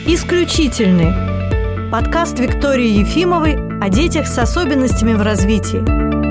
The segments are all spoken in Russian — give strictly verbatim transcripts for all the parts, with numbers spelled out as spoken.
«Исключительный» – подкаст Виктории Ефимовой о детях с особенностями в развитии.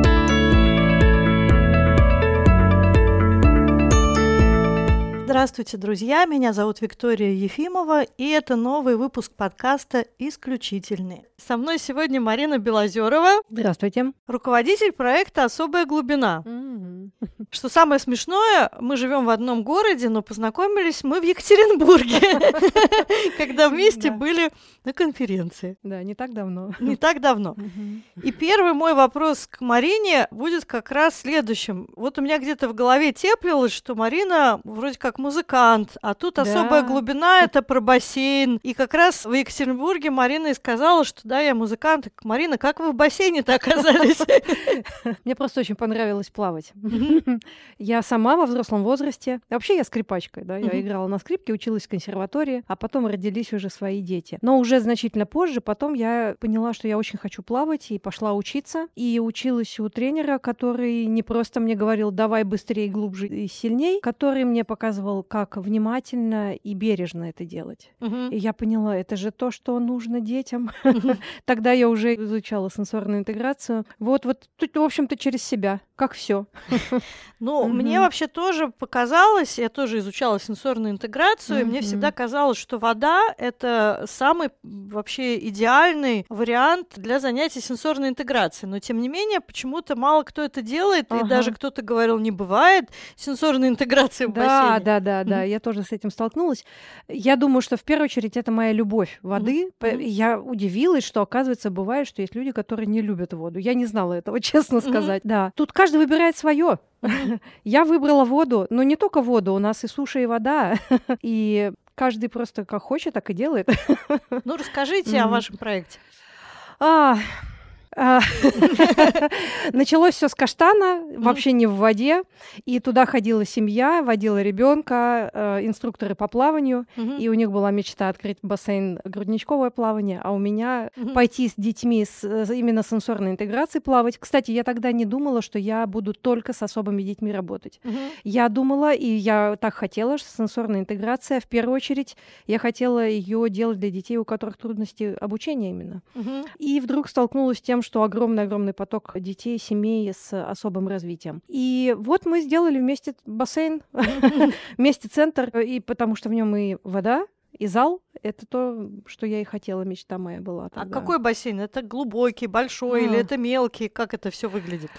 Здравствуйте, друзья! Меня зовут Виктория Ефимова, и это новый выпуск подкаста «Исключительный». Со мной сегодня Марина Белозерова. Здравствуйте. Руководитель проекта «Особая глубина». Mm-hmm. Что самое смешное, мы живем в одном городе, но познакомились мы в Екатеринбурге, когда вместе были на конференции. Да, не так давно. Не так давно. И первый мой вопрос к Марине будет как раз следующим. Вот у меня где-то в голове теплилось, что Марина вроде как музыкант, а тут да. Особая глубина — это про бассейн. И как раз в Екатеринбурге Марина и сказала, что да, я музыкант. Марина, как вы в бассейне-то оказались? Мне просто очень понравилось плавать. Я сама во взрослом возрасте. Вообще я скрипачка, да, я играла на скрипке, училась в консерватории, а потом родились уже свои дети. Но уже значительно позже, потом я поняла, что я очень хочу плавать, и пошла учиться. И училась у тренера, который не просто мне говорил, давай быстрее, глубже и сильней, который мне показывал, как внимательно и бережно это делать. Uh-huh. И я поняла, это же то, что нужно детям. Uh-huh. Тогда я уже изучала сенсорную интеграцию. Вот, вот тут, в общем-то, через себя, как все. Ну, мне вообще тоже показалось, я тоже изучала сенсорную интеграцию, и мне всегда казалось, что вода — это самый вообще идеальный вариант для занятий сенсорной интеграцией. Но, тем не менее, почему-то мало кто это делает, и даже кто-то говорил, не бывает сенсорной интеграции в бассейне. Да, да, да, я тоже с этим столкнулась. Я думаю, что в первую очередь это моя любовь воды. Mm-hmm. Я удивилась, что, оказывается, бывает, что есть люди, которые не любят воду. Я не знала этого, честно сказать. Mm-hmm. Да. Тут каждый выбирает свое. Mm-hmm. Я выбрала воду, но не только воду, у нас и суша, и вода. И каждый просто как хочет, так и делает. Ну, расскажите mm-hmm. о вашем проекте. А... Началось все с каштана, вообще не в воде, и туда ходила семья, водила ребенка, э, инструкторы по плаванию, и у них была мечта открыть бассейн грудничковое плавание, а у меня пойти с детьми с именно сенсорной интеграцией плавать. Кстати, я тогда не думала, что я буду только с особыми детьми работать. Я думала, и я так хотела, что сенсорная интеграция, в первую очередь, я хотела ее делать для детей, у которых трудности обучения именно. И вдруг столкнулась с тем, что огромный-огромный поток детей, семей с особым развитием. И вот мы сделали вместе бассейн, вместе центр, и потому что в нем и вода, и зал. Это то, что я и хотела, мечта моя была тогда. А какой бассейн? Это глубокий, большой, а. или это мелкий? Как это все выглядит?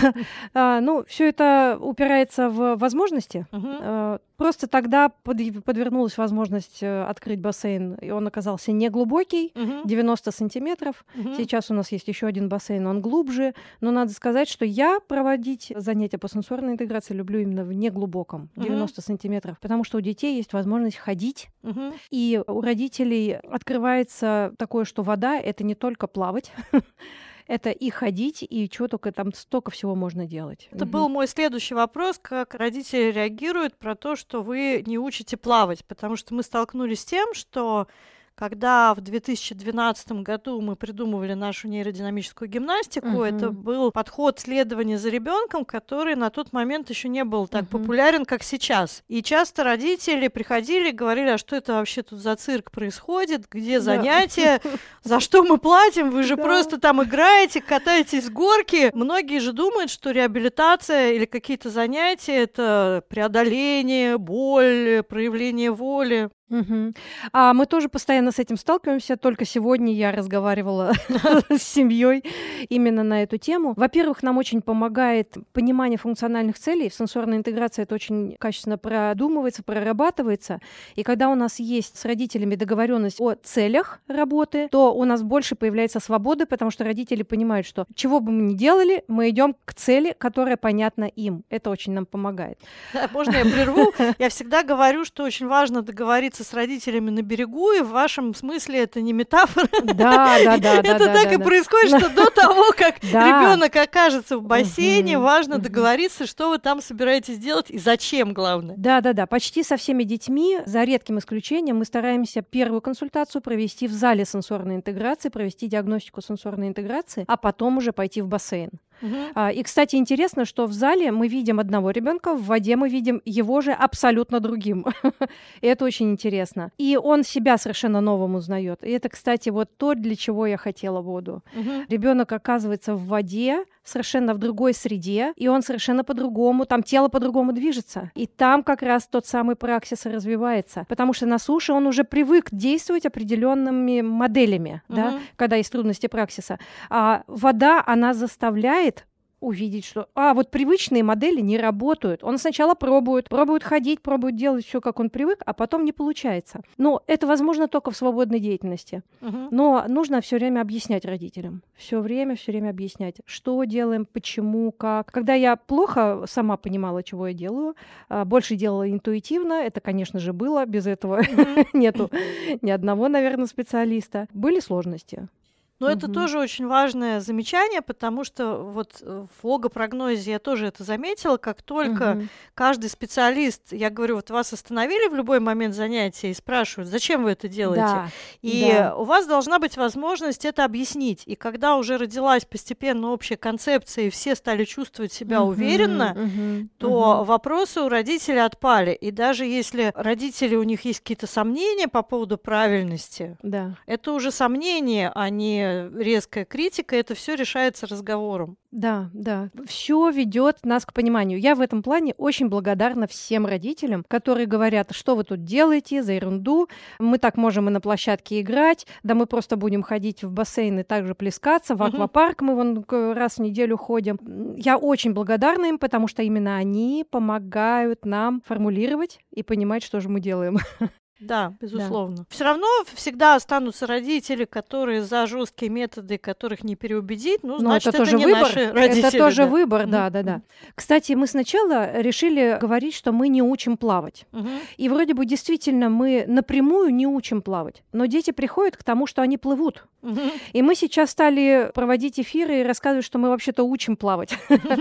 а, ну, все это упирается в возможности. Uh-huh. А, просто тогда под, подвернулась возможность открыть бассейн, и он оказался не глубокий, uh-huh. девяносто сантиметров. Uh-huh. Сейчас у нас есть еще один бассейн, он глубже. Но надо сказать, что я проводить занятия по сенсорной интеграции люблю именно в неглубоком, uh-huh. девяносто сантиметров, потому что у детей есть возможность ходить, uh-huh. и у родителей открывается такое, что вода — это не только плавать, это и ходить, и чего только там столько всего можно делать. Это угу. был мой следующий вопрос, как родители реагируют про то, что вы не учите плавать, потому что мы столкнулись с тем, что когда в две тысячи двенадцатом году мы придумывали нашу нейродинамическую гимнастику, uh-huh. это был подход следования за ребенком, который на тот момент еще не был так uh-huh. популярен, как сейчас. И часто родители приходили и говорили, а что это вообще тут за цирк происходит, где да. занятия, за что мы платим, вы же да. просто там играете, катаетесь с горки. Многие же думают, что реабилитация или какие-то занятия — это преодоление, боль, проявление воли. Угу. А мы тоже постоянно с этим сталкиваемся. Только сегодня я разговаривала с семьей именно на эту тему. Во-первых, нам очень помогает понимание функциональных целей. В сенсорной интеграции это очень качественно продумывается, прорабатывается. И когда у нас есть с родителями договоренность о целях работы, то у нас больше появляется свободы, потому что родители понимают, что чего бы мы ни делали, мы идем к цели, которая понятна им. Это очень нам помогает. Можно я прерву? Я всегда говорю, что очень важно договориться с родителями на берегу, и в вашем смысле это не метафора. Да, да, да. Это так и происходит, что до того, как ребенок окажется в бассейне, важно договориться, что вы там собираетесь делать и зачем, главное. Да, да, да. Почти со всеми детьми, за редким исключением, мы стараемся первую консультацию провести в зале сенсорной интеграции, провести диагностику сенсорной интеграции, а потом уже пойти в бассейн. Uh-huh. А, и, кстати, интересно, что в зале мы видим одного ребенка, в воде мы видим его же абсолютно другим. И это очень интересно. И он себя совершенно новым узнает. И это, кстати, вот то, для чего я хотела воду. Uh-huh. Ребенок оказывается в воде, совершенно в другой среде, и он совершенно по-другому, там тело по-другому движется. И там как раз тот самый праксис развивается. Потому что на суше он уже привык действовать определенными моделями, uh-huh. да, когда есть трудности праксиса. А вода, она заставляет увидеть, что а, вот привычные модели не работают. Он сначала пробует, пробует ходить, пробует делать все, как он привык, а потом не получается. Но это возможно только в свободной деятельности. Uh-huh. Но нужно все время объяснять родителям. Все время, все время объяснять, что делаем, почему, как. Когда я плохо сама понимала, чего я делаю, больше делала интуитивно, это, конечно же, было, без этого uh-huh. нету ни одного, наверное, специалиста. Были сложности. Но угу. это тоже очень важное замечание, потому что вот в логопрогнозе я тоже это заметила, как только угу. каждый специалист, я говорю, вот вас остановили в любой момент занятия и спрашивают, зачем вы это делаете? Да. И да. у вас должна быть возможность это объяснить. И когда уже родилась постепенно общая концепция, и все стали чувствовать себя угу. уверенно, угу. то угу. вопросы у родителей отпали. И даже если родители, у них есть какие-то сомнения по поводу правильности, да. это уже сомнения, а не резкая критика, это все решается разговором. Да, да. Все ведет нас к пониманию. Я в этом плане очень благодарна всем родителям, которые говорят, что вы тут делаете за ерунду, мы так можем и на площадке играть, да мы просто будем ходить в бассейн и также плескаться, в аквапарк мы вон раз в неделю ходим. Я очень благодарна им, потому что именно они помогают нам формулировать и понимать, что же мы делаем. Да, безусловно. Да. Все равно всегда останутся родители, которые за жесткие методы, которых не переубедить, ну, значит, это, тоже это не выбор. Наши родители. Это тоже да. выбор, да, да, да. Кстати, мы сначала решили говорить, что мы не учим плавать. Угу. И вроде бы действительно мы напрямую не учим плавать, но дети приходят к тому, что они плывут. Угу. И мы сейчас стали проводить эфиры и рассказывать, что мы вообще-то учим плавать.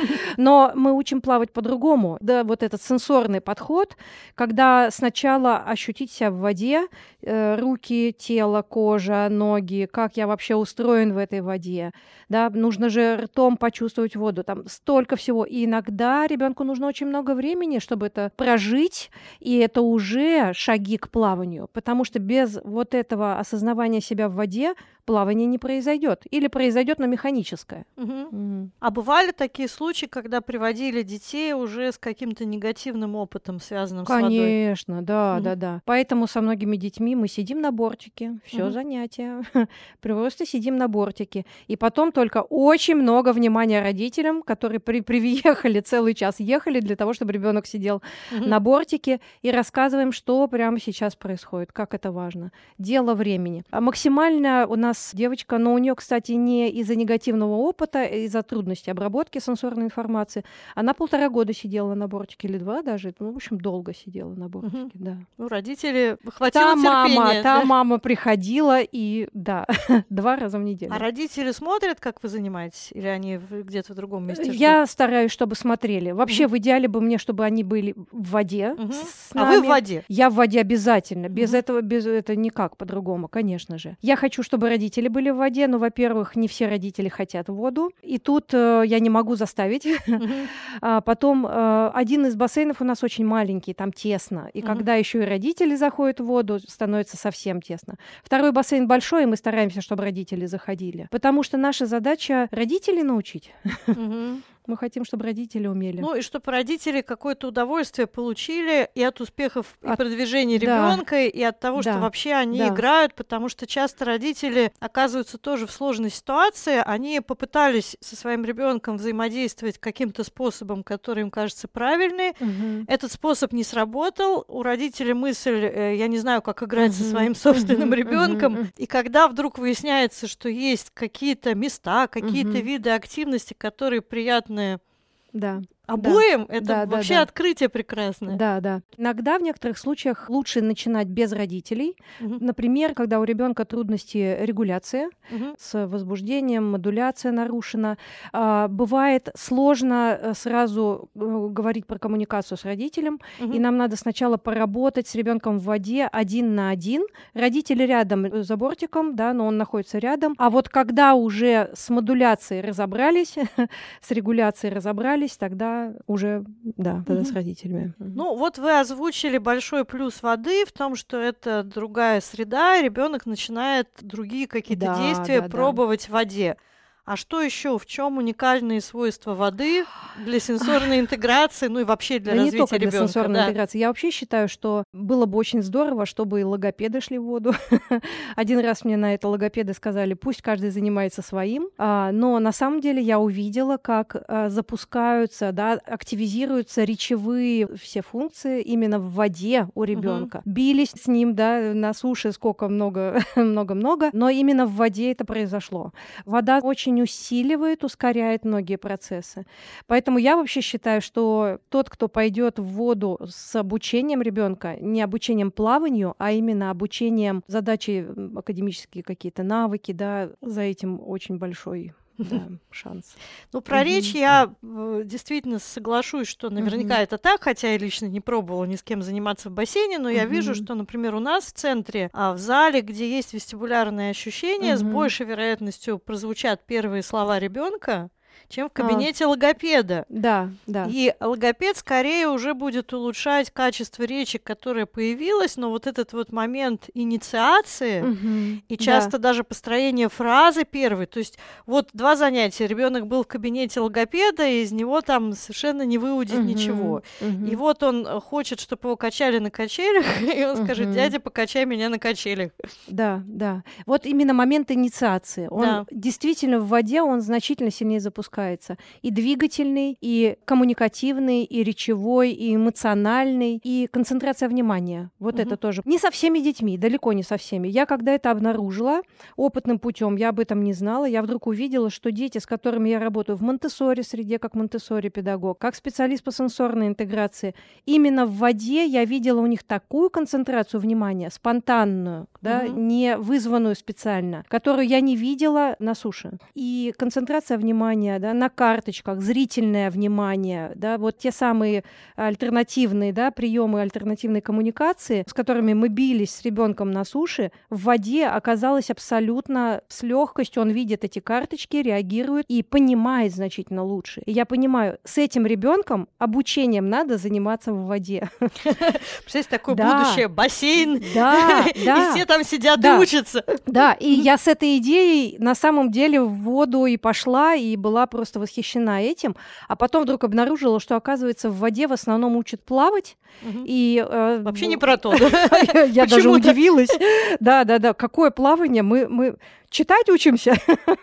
Но мы учим плавать по-другому. Да, вот этот сенсорный подход, когда сначала ощутить себя в воде, э, руки, тело, кожа, ноги, как я вообще устроен в этой воде. Да, нужно же ртом почувствовать воду, там столько всего. И иногда ребенку нужно очень много времени, чтобы это прожить, и это уже шаги к плаванию, потому что без вот этого осознавания себя в воде плавание не произойдет. Или произойдет, но механическое. Угу. Угу. А бывали такие случаи, когда приводили детей уже с каким-то негативным опытом, связанным Конечно, с водой? Конечно, да, угу. да, да. Поэтому со многими детьми мы сидим на бортике, все угу. занятия, просто сидим на бортике. И потом только очень много внимания родителям, которые при- приехали целый час, ехали для того, чтобы ребенок сидел угу. на бортике, и рассказываем, что прямо сейчас происходит, как это важно. Дело времени. А максимально у нас девочка, но у нее, кстати, не из-за негативного опыта, из-за трудностей обработки сенсорной информации. Она полтора года сидела на бортике, или два даже. Ну, в общем, долго сидела на бортике, угу. да. Ну, родители хватило та терпения. Мама, да? та мама приходила, и да, два раза в неделю. А родители смотрят, как вы занимаетесь? Или они где-то в другом месте ждут? Я стараюсь, чтобы смотрели. Вообще, угу. в идеале бы мне, чтобы они были в воде угу. с нами. А вы в воде? Я в воде обязательно. Без угу. этого, без это никак по-другому, конечно же. Я хочу, чтобы родители были в воде, но, во-первых, не все родители хотят воду, и тут э, я не могу заставить. Uh-huh. а потом э, один из бассейнов у нас очень маленький, там тесно, и uh-huh. когда еще и родители заходят в воду, становится совсем тесно. Второй бассейн большой, и мы стараемся, чтобы родители заходили, потому что наша задача родителей научить. Uh-huh. Мы хотим, чтобы родители умели. Ну и чтобы родители какое-то удовольствие получили и от успехов от... и продвижения ребенка, да. и от того, да. что вообще они да. играют, потому что часто родители оказываются тоже в сложной ситуации. Они попытались со своим ребенком взаимодействовать каким-то способом, который им кажется правильный. Угу. Этот способ не сработал. У родителей мысль, э, я не знаю, как играть угу. со своим собственным угу. ребенком. Угу. И когда вдруг выясняется, что есть какие-то места, какие-то угу. виды активности, которые приятны да. обоим, да. это да, вообще да, да. открытие прекрасное. Да, да. Иногда в некоторых случаях лучше начинать без родителей. Угу. Например, когда у ребенка трудности регуляции, угу. с возбуждением, модуляция нарушена. А, бывает сложно сразу говорить про коммуникацию с родителем, угу. и нам надо сначала поработать с ребенком в воде один на один. Родители рядом за бортиком, да, но он находится рядом. А вот когда уже с модуляцией разобрались, с регуляцией разобрались, тогда уже, да, тогда угу. с родителями. Ну, вот вы озвучили большой плюс воды в том, что это другая среда, и ребенок начинает другие какие-то да, действия да, пробовать да. в воде. А что еще? В чем уникальные свойства воды для сенсорной интеграции, ну и вообще для да развития не только ребенка? Для сенсорной да. интеграции. Я вообще считаю, что было бы очень здорово, чтобы и логопеды шли в воду. Один раз мне на это логопеды сказали, пусть каждый занимается своим. А, но на самом деле я увидела, как а, запускаются, да, активизируются речевые все функции именно в воде у ребенка. Угу. Бились с ним, да, на суше сколько много, много-много, но именно в воде это произошло. Вода очень усиливает, ускоряет многие процессы. Поэтому я вообще считаю, что тот, кто пойдет в воду с обучением ребенка, не обучением плаванию, а именно обучением задачи, академические какие-то навыки, да, за этим очень большой да, шанс. Ну, про mm-hmm. речь я э, действительно соглашусь, что наверняка mm-hmm. это так, хотя я лично не пробовала ни с кем заниматься в бассейне, но mm-hmm. я вижу, что, например, у нас в центре, а, в зале, где есть вестибулярные ощущения, mm-hmm. с большей вероятностью прозвучат первые слова ребенка, чем в кабинете а, логопеда. Да, да. И логопед скорее уже будет улучшать качество речи, которая появилась, но вот этот вот момент инициации угу, и часто да. даже построение фразы первой, то есть вот два занятия, ребенок был в кабинете логопеда, и из него там совершенно не выудить угу, ничего. Угу. И вот он хочет, чтобы его качали на качелях, и он угу. скажет: дядя, покачай меня на качелях. Да, да. Вот именно момент инициации. Он да. действительно в воде он значительно сильнее запускается. И двигательный, и коммуникативный, и речевой, и эмоциональный, и концентрация внимания. Вот угу. это тоже. Не со всеми детьми, далеко не со всеми. Я когда это обнаружила опытным путем, я об этом не знала, я вдруг увидела, что дети, с которыми я работаю в Монтессори среде, как Монтессори-педагог, как специалист по сенсорной интеграции, именно в воде я видела у них такую концентрацию внимания, спонтанную, да, угу. не вызванную специально, которую я не видела на суше. И концентрация внимания, да, на карточках, зрительное внимание, да, вот те самые альтернативные, да, приемы альтернативной коммуникации, с которыми мы бились с ребенком на суше, в воде оказалось абсолютно с легкостью. Он видит эти карточки, реагирует и понимает значительно лучше. И я понимаю, с этим ребенком обучением надо заниматься в воде. Представляете, такое будущее, бассейн, да, да, и все там сидят да, и учатся. Да, и я с этой идеей на самом деле в воду и пошла, и была просто восхищена этим, а потом вдруг обнаружила, что, оказывается, в воде в основном учат плавать. Угу. И, э, вообще не про то. Я даже удивилась. Да, да, да. Какое плавание? Мы, мы читать учимся.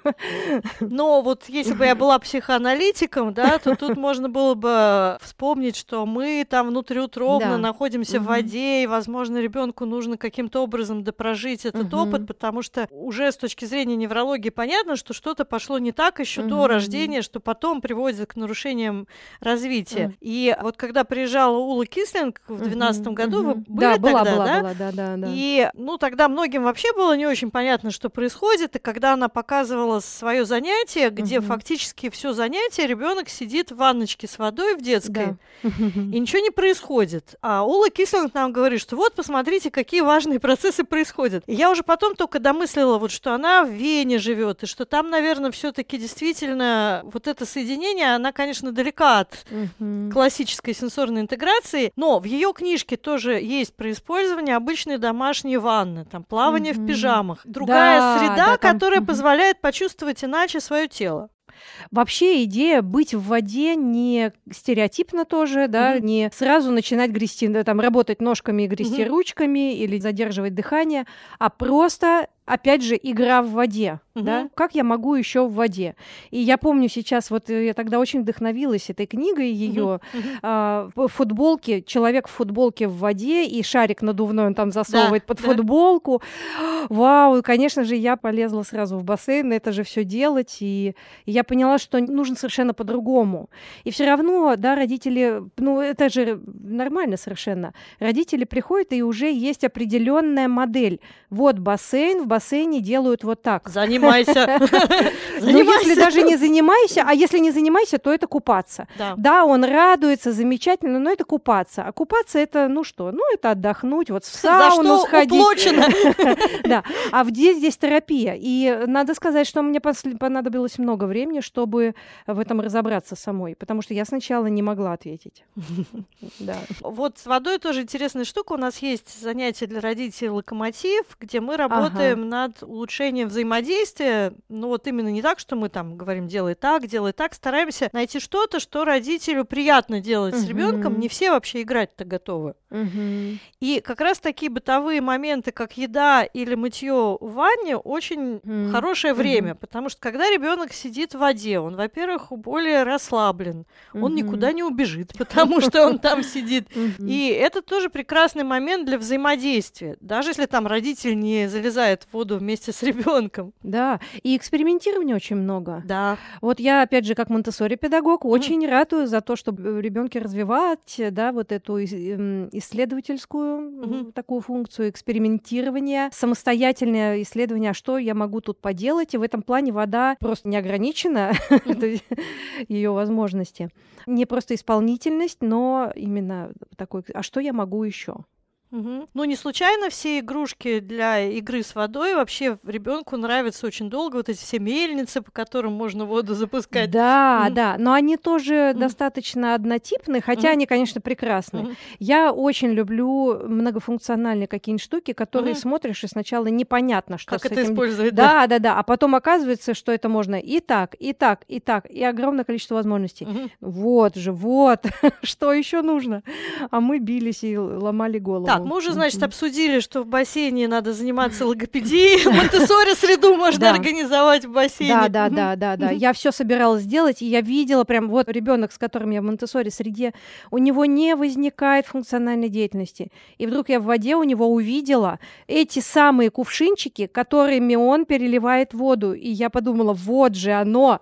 Но вот если бы я была психоаналитиком, да, то тут можно было бы вспомнить, что мы там внутриутробно да. находимся угу. в воде, и, возможно, ребенку нужно каким-то образом допрожить этот угу. опыт, потому что уже с точки зрения неврологии понятно, что что-то пошло не так еще угу. до рождения, что потом приводит к нарушениям развития. Угу. И вот когда приезжала Ула Кислинг в две тысячи двенадцатом году, угу. вы были да, тогда, была, была, да? Была, да, да, да? И, ну, тогда многим вообще было не очень понятно, что происходит. И когда она показывала свое занятие, где uh-huh. фактически все занятие ребенок сидит в ванночке с водой в детской, да. и ничего не происходит. А Ула Кислинг нам говорит, что вот, посмотрите, какие важные процессы происходят. И я уже потом только домыслила, вот, что она в Вене живет, и что там, наверное, все-таки действительно вот это соединение, она, конечно, далека от uh-huh. классической сенсорной интеграции, но в ее книжке тоже есть про использование обычной домашней ванны, там плавание uh-huh. в пижамах. Другая да, среда, да, там... которая позволяет почувствовать иначе свое тело. Вообще идея быть в воде не стереотипно тоже, да, mm-hmm. не сразу начинать грести, да, там, работать ножками и грести mm-hmm. ручками или задерживать дыхание, а просто опять же, игра в воде. Мгм. Да? Как я могу еще в воде? И я помню сейчас, вот э, я тогда очень вдохновилась этой книгой ее, Мгм. Мгм. а, в футболке, человек в футболке в воде, и шарик надувной он там засовывает под да. футболку. Вау, конечно же, я полезла сразу в бассейн, это же все делать, и и я поняла, что нужно совершенно по-другому. И все равно, да, родители, ну, это же нормально совершенно. Родители приходят, и уже есть определенная модель. Вот бассейн, в бассейне делают вот так. Занимайся. Ну, если даже не занимайся, а если не занимайся, то это купаться. Да. Да, он радуется, замечательно, но это купаться. А купаться это, ну что, ну это отдохнуть, вот в За сауну что сходить. уплочено. Да, а где здесь терапия? И надо сказать, что мне пос- понадобилось много времени, чтобы в этом разобраться самой, потому что я сначала не могла ответить. Да. Вот с водой тоже интересная штука. У нас есть занятие для родителей «Локомотив», где мы работаем над улучшением взаимодействия. Ну вот именно не так, что мы там говорим «делай так, делай так». Стараемся найти что-то, что родителю приятно делать с ребенком. Мгм. Не все вообще играть-то готовы. Мгм. И как раз такие бытовые моменты, как еда или мытье в ванне, очень Мгм. хорошее время, потому что когда ребенок сидит в воде, он, во-первых, более расслаблен, он Мгм. никуда не убежит, потому что он там сидит. Мгм. И это тоже прекрасный момент для взаимодействия, даже если там родитель не залезает в воду вместе с ребенком. Да, и экспериментирования очень много. Да. Вот я, опять же, как Монтессори-педагог, очень ратую за то, чтобы в ребёнке развивать, да, вот эту ис- эм, исследовательскую м, Мгм. такую функцию экспериментирования, самостоятельное исследование, а что я могу тут поделать. И в этом плане вода просто не ограничена, ее возможности. Не просто исполнительность, но именно такой, а что я могу еще? Мгм. Ну, не случайно все игрушки для игры с водой вообще ребенку нравятся очень долго. Вот эти все мельницы, по которым можно воду запускать. Да, Мгм. да, но они тоже Мгм. достаточно однотипны, хотя Мгм. они, конечно, прекрасны. Мгм. Я очень люблю многофункциональные какие-нибудь штуки, которые Мгм. смотришь, и сначала непонятно, что Как с это этим. использовать, да. Да, да, да. А потом оказывается, что это можно и так, и так, и так, и огромное количество возможностей. Мгм. Вот же, вот, что еще нужно? А мы бились и л- ломали голову. Так, мы уже, значит, Мгм. обсудили, что в бассейне надо заниматься логопедией. Монтессори среду можно Да. организовать в бассейне. Да, да, Мгм. да, да, да. Мгм. Я все собиралась сделать, и я видела прям вот ребенок, с которым я в Монтессори среде, у него не возникает функциональной деятельности. И вдруг я в воде у него увидела эти самые кувшинчики, которыми он переливает воду. И я подумала, вот же оно.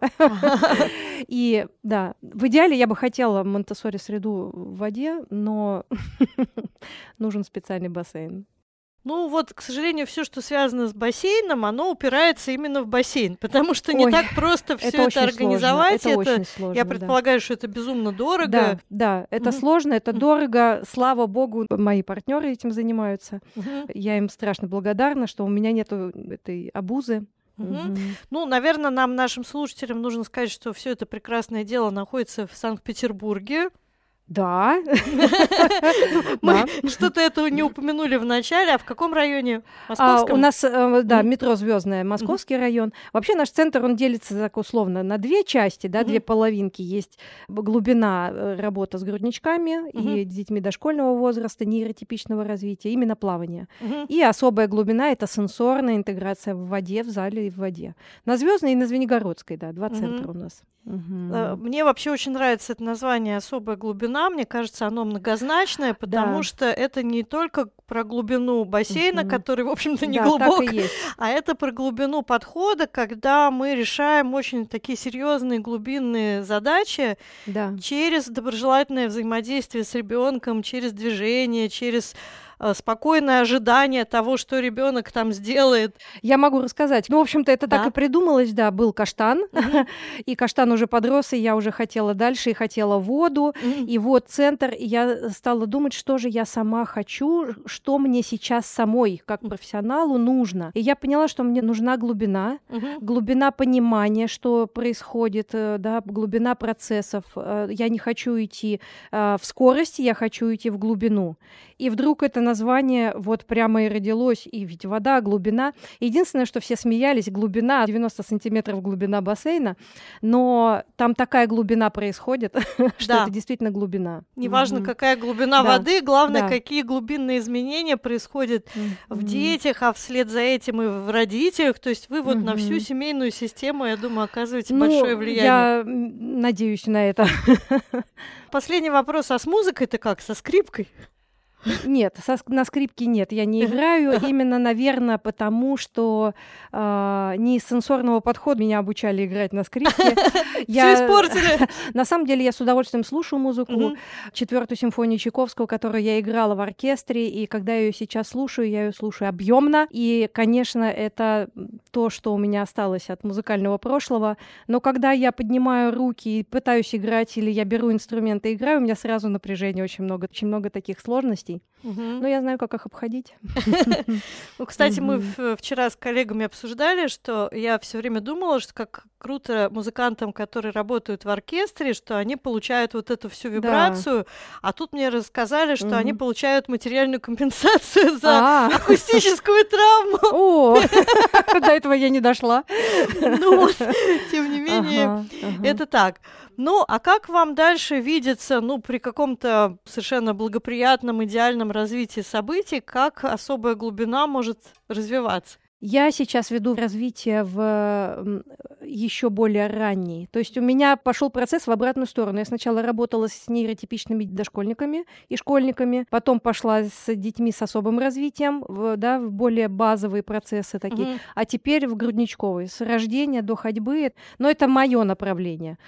И да, в идеале я бы хотела Монтессори среду в воде, но нужен специальный бассейн. Ну вот, к сожалению, все, что связано с бассейном, оно упирается именно в бассейн, потому что не Ой, так просто все это это очень сложно. организовать. Это Это, очень сложно, я да. предполагаю, что это безумно Да, дорого. да, это Мгм. сложно, это Мгм. дорого. Слава богу, мои партнеры этим занимаются. Мгм. Я им страшно благодарна, что у меня нету этой обузы. Мгм. Мгм. Ну, наверное, нам, нашим слушателям, нужно сказать, что все это прекрасное дело находится в Санкт-Петербурге. Да. Мы Да. что-то этого не упомянули в начале. А в каком районе? А, Московском? у нас, э, да, Мгм. метро Звездное, Московский район. Вообще наш центр, он делится так условно на две части, да, две Мгм. половинки. Есть б- глубина э, работа с грудничками и Мгм. с детьми дошкольного возраста, нейротипичного развития, именно плавание. Мгм. И особая глубина — это сенсорная интеграция в воде, в зале и в воде. На Звездной и на Звенигородской, да, два Мгм. центра у нас. Мгм. Э, Мне вообще очень нравится это название «Особая глубина». Мне кажется, оно многозначное, потому Да. что это не только про глубину бассейна, Мгм. который, в общем-то, не Да, так глубок, и есть. а это про глубину подхода, когда мы решаем очень такие серьезные глубинные задачи Да. через доброжелательное взаимодействие с ребенком, через движение, через э, спокойное ожидание того, что ребенок там сделает. Я могу рассказать. Ну, в общем-то, это так Да. и придумалось, да, был каштан, Мгм. и каштан уже подрос, и я уже хотела дальше, и хотела воду, Мгм. и вот центр, и я стала думать, что же я сама хочу, что мне сейчас самой, как профессионалу, нужно. И я поняла, что мне нужна глубина, Мгм. глубина понимания, что происходит, э, да, глубина процессов. Э, Я не хочу идти э, в скорости, я хочу идти в глубину. И вдруг это название вот прямо и родилось, и ведь вода, глубина. Единственное, что все смеялись, глубина, девяносто сантиметров глубина бассейна, но там такая глубина происходит, что Да. это действительно глубина. Неважно, Мгм. какая глубина Да. воды, главное, Да. какие глубинные изменения происходят в Мгм. детях, а вслед за этим и в родителях. То есть вы вот на всю Мгм. семейную систему, я думаю, оказываете Ну, большое влияние. я м, надеюсь на это. Последний вопрос: а с музыкой-то как? Со скрипкой? Нет, со ск- на скрипке нет, я не играю. Именно, наверное, потому что а, не из сенсорного подхода меня обучали играть на скрипке. Все Я, испортили. на самом деле, я с удовольствием слушаю музыку. Мгм. Четвертую симфонию Чайковского, которую я играла в оркестре, и когда я ее сейчас слушаю, я ее слушаю объемно. И, конечно, это то, что у меня осталось от музыкального прошлого. Но когда я поднимаю руки и пытаюсь играть, или я беру инструменты и играю, у меня сразу напряжение очень много, очень много таких сложностей. Мгм. Но я знаю, как их обходить. Ну, кстати, мы Мгм. в- вчера с коллегами обсуждали, что я все время думала, что как круто музыкантам, которые работают в оркестре, что они получают вот эту всю вибрацию, а тут мне рассказали, что они Мгм. получают материальную компенсацию за А, акустическую травму. о, до этого я не дошла. Ну вот, тем не менее, Ага, ага. это так. Ну, а как вам дальше видится, ну, при каком-то совершенно благоприятном, идеальном развитии событий, как особая глубина может развиваться? Я сейчас веду развитие в еще более ранний. То есть у меня пошел процесс в обратную сторону. Я сначала работала с нейротипичными дошкольниками и школьниками, потом пошла с детьми с особым развитием, в, да, в более базовые процессы такие, Мгм. а теперь в грудничковой, с рождения до ходьбы. Но это мое направление.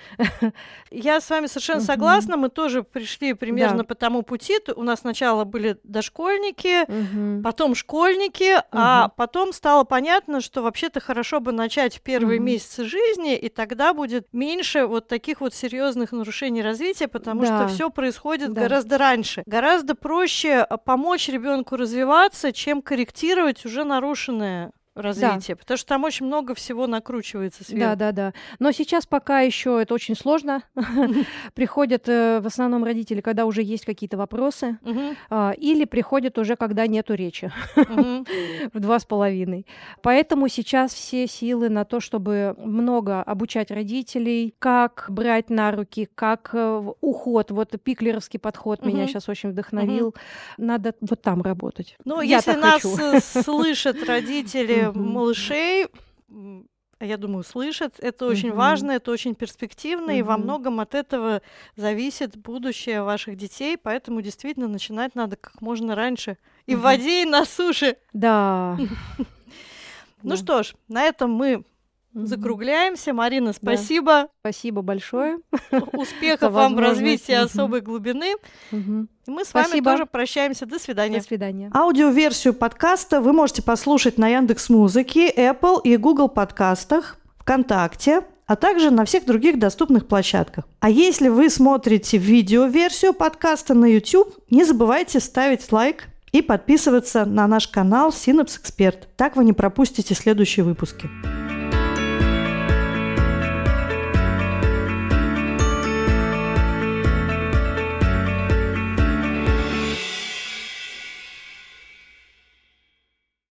Я с вами совершенно Мгм. согласна. Мы тоже пришли примерно Да. по тому пути. Т- У нас сначала были дошкольники, Мгм. потом школьники, а Мгм. потом стало понятно, что вообще-то хорошо бы начать в первые Мгм. месяцы жизни, и тогда будет меньше вот таких вот серьезных нарушений развития, потому что Да. все происходит Да. гораздо раньше. Гораздо проще а, помочь ребенку развиваться, чем корректировать уже нарушенное развитие, потому что там очень много всего накручивается Да, сверху. да, да. Но сейчас пока еще это очень сложно. Приходят э, в основном родители, когда уже есть какие-то вопросы, Мгм, а, или приходят уже, когда нету речи мгм. в два с половиной. Поэтому сейчас все силы на то, чтобы много обучать родителей, как брать на руки, как э, в- уход. Вот пиклеровский подход меня Мгм. сейчас очень вдохновил. Надо вот там работать. Ну, Я если так нас хочу. э, слышат родители Мгм. малышей, м, а я думаю, слышат, это очень Мгм. важно, это очень перспективно, и во Мгм. многом от этого зависит будущее ваших детей, поэтому действительно начинать надо как можно раньше. И в Мгм. воде, и на суше. Да. Ну Да. что ж, на этом мы Мгм. закругляемся. Марина, Да. спасибо. Спасибо большое. Успехов За вам в возможность. развитии Мгм. особой глубины. Мгм. И мы с вами Спасибо. тоже прощаемся. До свидания. До свидания. Аудиоверсию подкаста вы можете послушать на Яндекс.Музыке, Apple и Google подкастах, ВКонтакте, а также на всех других доступных площадках. А если вы смотрите видеоверсию подкаста на YouTube, не забывайте ставить лайк и подписываться на наш канал Synapse Expert. Так вы не пропустите следующие выпуски.